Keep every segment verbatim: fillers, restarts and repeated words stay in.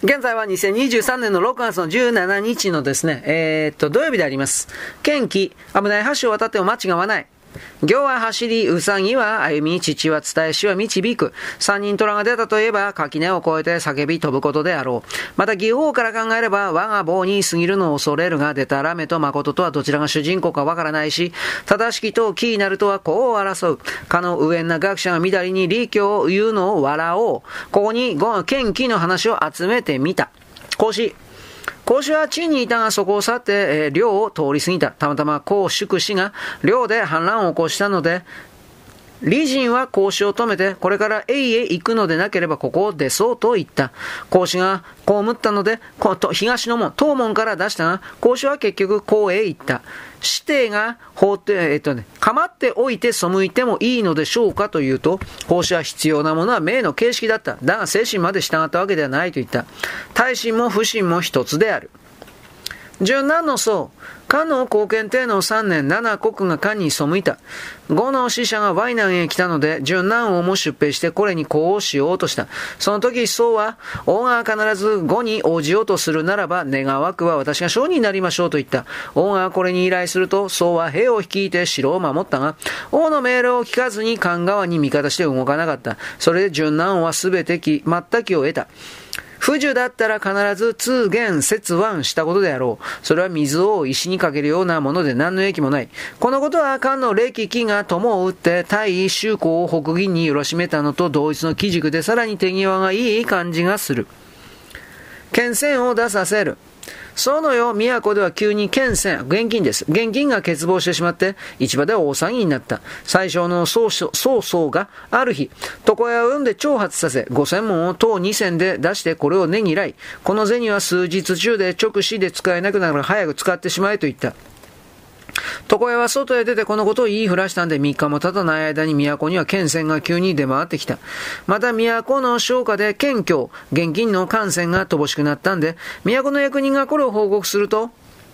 現在はにせんにじゅうさんねんのろくがつのじゅうしちにちのですね、えー、っと、土曜日であります。天気、危ない橋を渡っても間違わない。行は走り、うさぎは歩み、父は伝え、死は導く。三人虎が出たといえば、垣根を越えて叫び飛ぶことであろう。また、義法から考えれば、我が棒に過ぎるのを恐れるが、出たらめと誠とはどちらが主人公かわからないし、正しきと奇になるとはこう争う。かの上な学者がみだりに利教を言うのを笑おう。ここに、剣気の話を集めてみた。孔子。孔子は地にいたがそこを去って、えー、領を通り過ぎた。たまたま孔祝氏が領で反乱を起こしたので、李人は孔子を止めて、これから永へ行くのでなければここを出そうと言った。孔子が被ったので、東の門、東門から出したが、孔子は結局孔へ行った。師弟が法廷、えっとね、構っておいて背いてもいいのでしょうかというと、孔子は必要なものは命の形式だった。だが精神まで従ったわけではないと言った。大臣も不信も一つである。十何の僧、漢の後見帝の三年、七国が漢に背いた。五の使者が淮南へ来たので、十何王も出兵してこれに呼応しようとした。その時僧は、王が必ず五に応じようとするならば、願わくは私が将になりましょうと言った。王がこれに依頼すると、僧は兵を率いて城を守ったが、王の命令を聞かずに漢側に味方して動かなかった。それで十何王はすべて決まった気を得た。不樹だったら必ず通言節腕したことであろう。それは水を石にかけるようなもので何の益もない。このことは漢の歴紀が友を打って大周公を北銀によろしめたのと同一の基軸でさらに手際がいい感じがする。剣戦を出させる。そのよ、都では急に剣戦、現金です。現金が欠乏してしまって、市場では大騒ぎになった。最小の曹操がある日、床屋を呼んで挑発させ、五千文を当二千で出してこれをねぎらい、この銭は数日中で直視で使えなくなるから早く使ってしまえと言った。床屋は外へ出てこのことを言いふらしたんで三日も経たない間に都には剣戦が急に出回ってきた。また都の商家で剣教、現金の艦船が乏しくなったんで、都の役人がこれを報告すると、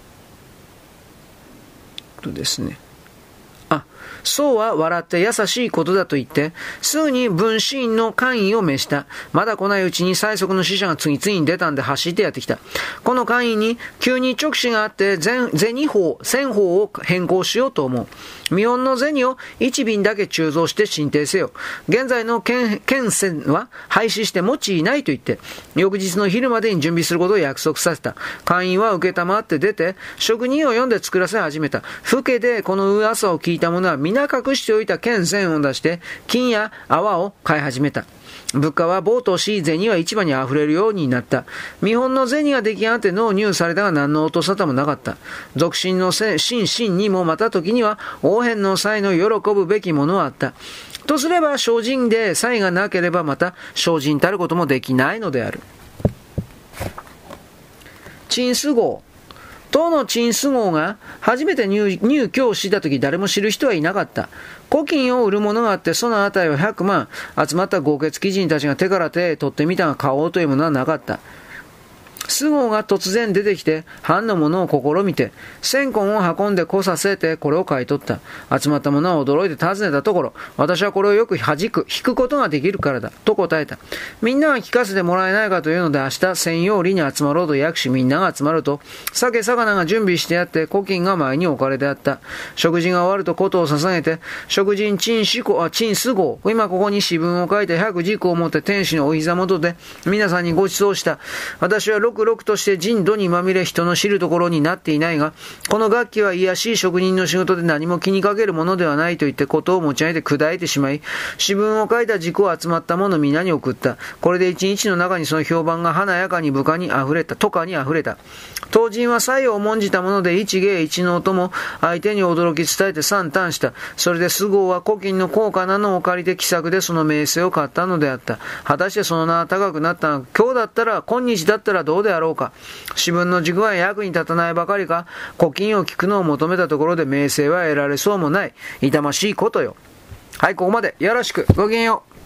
とですね。あ、そうは笑って優しいことだと言って、すぐに文士院の官位を召した。まだ来ないうちに最速の使者が次々に出たんで走ってやってきた。この官位に急に直視があって、銭法、銭法を変更しようと思う。見本の銭を一便だけ鋳造して進呈せよ。現在の剣銭は廃止して用いないと言って、翌日の昼までに準備することを約束させた。官員は受けたまって出て、職人を呼んで作らせ始めた。府家でこの噂を聞いた者は皆隠しておいた剣銭を出して、金や泡を買い始めた。物価は暴騰し、銭は市場に溢れるようになった。見本の銭が出来上がって納入されたが何の音沙汰もなかった。俗心の心身にもまた時には応変の際の喜ぶべきものはあった。とすれば精進で才がなければまた精進たることもできないのである。陳思号。当の陳思号が初めて 入, 入居をしたとき誰も知る人はいなかった。古金を売るものがあってその値はひゃくまん。集まった豪傑貴人たちが手から手へ取ってみたが買おうというものはなかった。菅生が突然出てきて、藩のものを試みて、千根を運んでこさせてこれを買い取った。集まった者は驚いて尋ねたところ、私はこれをよく弾く、引くことができるからだ、と答えた。みんなが聞かせてもらえないかというので、明日専用里に集まろうと訳し、みんなが集まると、酒魚が準備してあって、古金が前に置かれてあった。食事が終わると琴を捧げて、食人陳思号、陳思号、今ここに詩文を書いて百軸を持って天使のお膝元で、皆さんにご馳走した。私は六々として人土にまみれ人の知るところになっていないが、この楽器は卑しい職人の仕事で何も気にかけるものではないと言ってことを持ち上げて砕いてしまい、詩文を書いた軸を集まった者皆に送った。これで一日の中にその評判が華やかに部下に溢れた、都下に溢れた。当人は才を重んじたもので一芸一能とも相手に驚き伝えて惨憺した。それで菅生は古今の高価なのを借りて気さくでその名声を買ったのであった。果たしてその名は高くなったのか。今日だったら今日だったらどうであろうか。詩文の軸は役に立たないばかりか、古今を聞くのを求めたところで名声は得られそうもない。痛ましいことよ。はい、ここまでよろしく。ごきげんよう。